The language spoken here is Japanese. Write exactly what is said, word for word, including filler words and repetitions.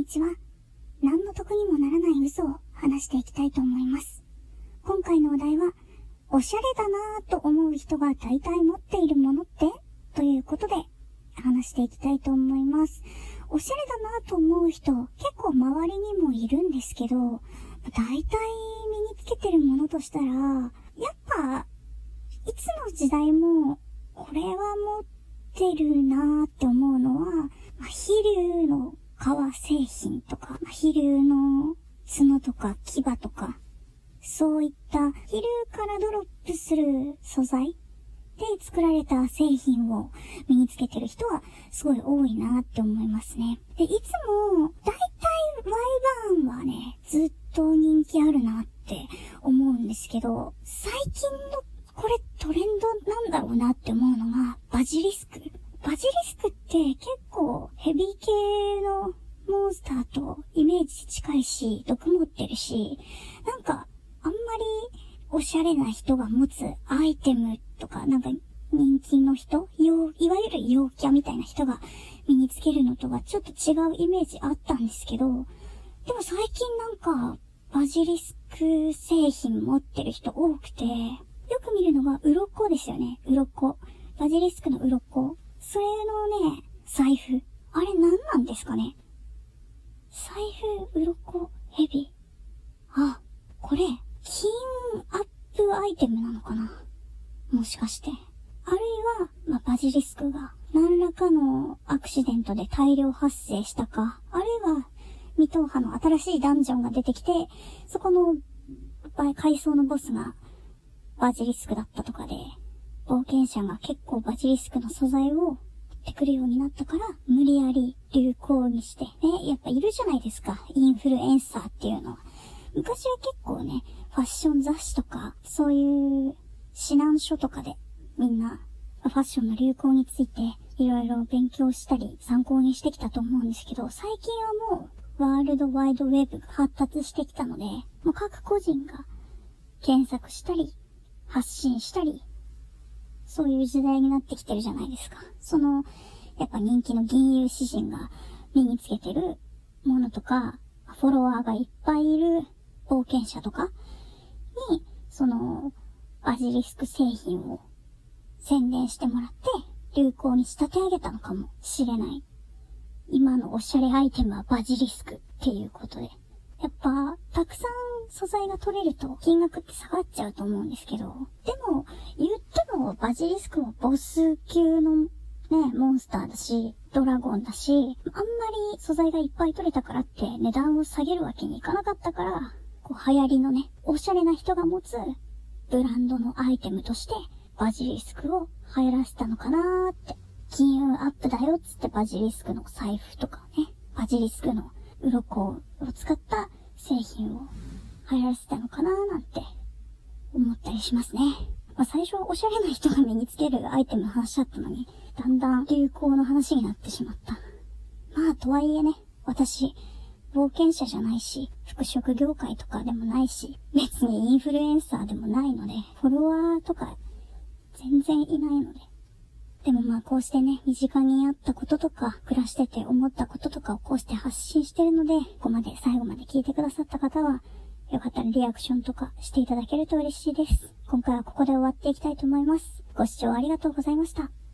ちは。何の得にもならない嘘を話していきたいと思います。今回のお題は、おしゃれだなぁと思う人が大体持っているものってということで話していきたいと思います。おしゃれだなぁと思う人、結構周りにもいるんですけど、大体身につけてるものとしたら、やっぱ、いつの時代も、これは持ってるなぁって思うのは、まあ、飛竜の革製品とか、まあ、飛竜の角とか牙とか、そういった飛竜からドロップする素材で作られた製品を身につけてる人はすごい多いなって思いますね。で、いつも、だいたいワイバーンはね、ずっと人気あるなって思うんですけど、最近のこれトレンドなんだろうなって思うのが、バジリスク。バジリスクって結構ヘビー系のモンスターとイメージ近いし、毒持ってるし、なんかあんまりおしゃれな人が持つアイテムとか、なんか人気の人、いわゆる陽キャみたいな人が身につけるのとはちょっと違うイメージあったんですけど、でも最近なんかバジリスク製品持ってる人多くて、よく見るのが鱗ですよね。鱗。バジリスクの鱗。それのね、財布。あれ何なんですかね。財布、鱗、ヘビ。あ、これ、金運アップアイテムなのかな。もしかして。あるいは、まあ、バジリスクが何らかのアクシデントで大量発生したか、あるいは未踏破の新しいダンジョンが出てきて、そこの階層のボスがバジリスクだったとかで、冒険者が結構バジリスクの素材を持ってくるようになったから、無理やり流行にして、ね、やっぱいるじゃないですか、インフルエンサーっていうのは。昔は結構ね、ファッション雑誌とか、そういう指南書とかでみんなファッションの流行についていろいろ勉強したり参考にしてきたと思うんですけど、最近はもうワールドワイドウェブが発達してきたので、もう各個人が検索したり発信したり、そういう時代になってきてるじゃないですか。そのやっぱ人気の銀融詩人が身につけてるものとか、フォロワーがいっぱいいる冒険者とかに、そのバジリスク製品を宣伝してもらって流行に仕立て上げたのかもしれない。今のおしゃれアイテムはバジリスクっていうことで。やっぱ、たくさん素材が取れると金額って下がっちゃうと思うんですけど、でも、言ってもバジリスクはボス級のね、モンスターだし、ドラゴンだし、あんまり素材がいっぱい取れたからって値段を下げるわけにいかなかったから、こう流行りのね、おしゃれな人が持つブランドのアイテムとして、バジリスクを流行らせたのかなーって。金運アップだよっつってバジリスクの財布とかね、バジリスクの鱗を使った製品を流行らせたのかなーなんて思ったりしますね。まあ、最初はおしゃれな人が身につけるアイテムの話だったのに、だんだん流行の話になってしまった。まあとはいえね、私、冒険者じゃないし、服飾業界とかでもないし、別にインフルエンサーでもないので、フォロワーとか全然いないので。でもまあこうしてね、身近にあったこととか、暮らしてて思ったこととかをこうして発信してるので、ここまで最後まで聞いてくださった方は、よかったらリアクションとかしていただけると嬉しいです。今回はここで終わっていきたいと思います。ご視聴ありがとうございました。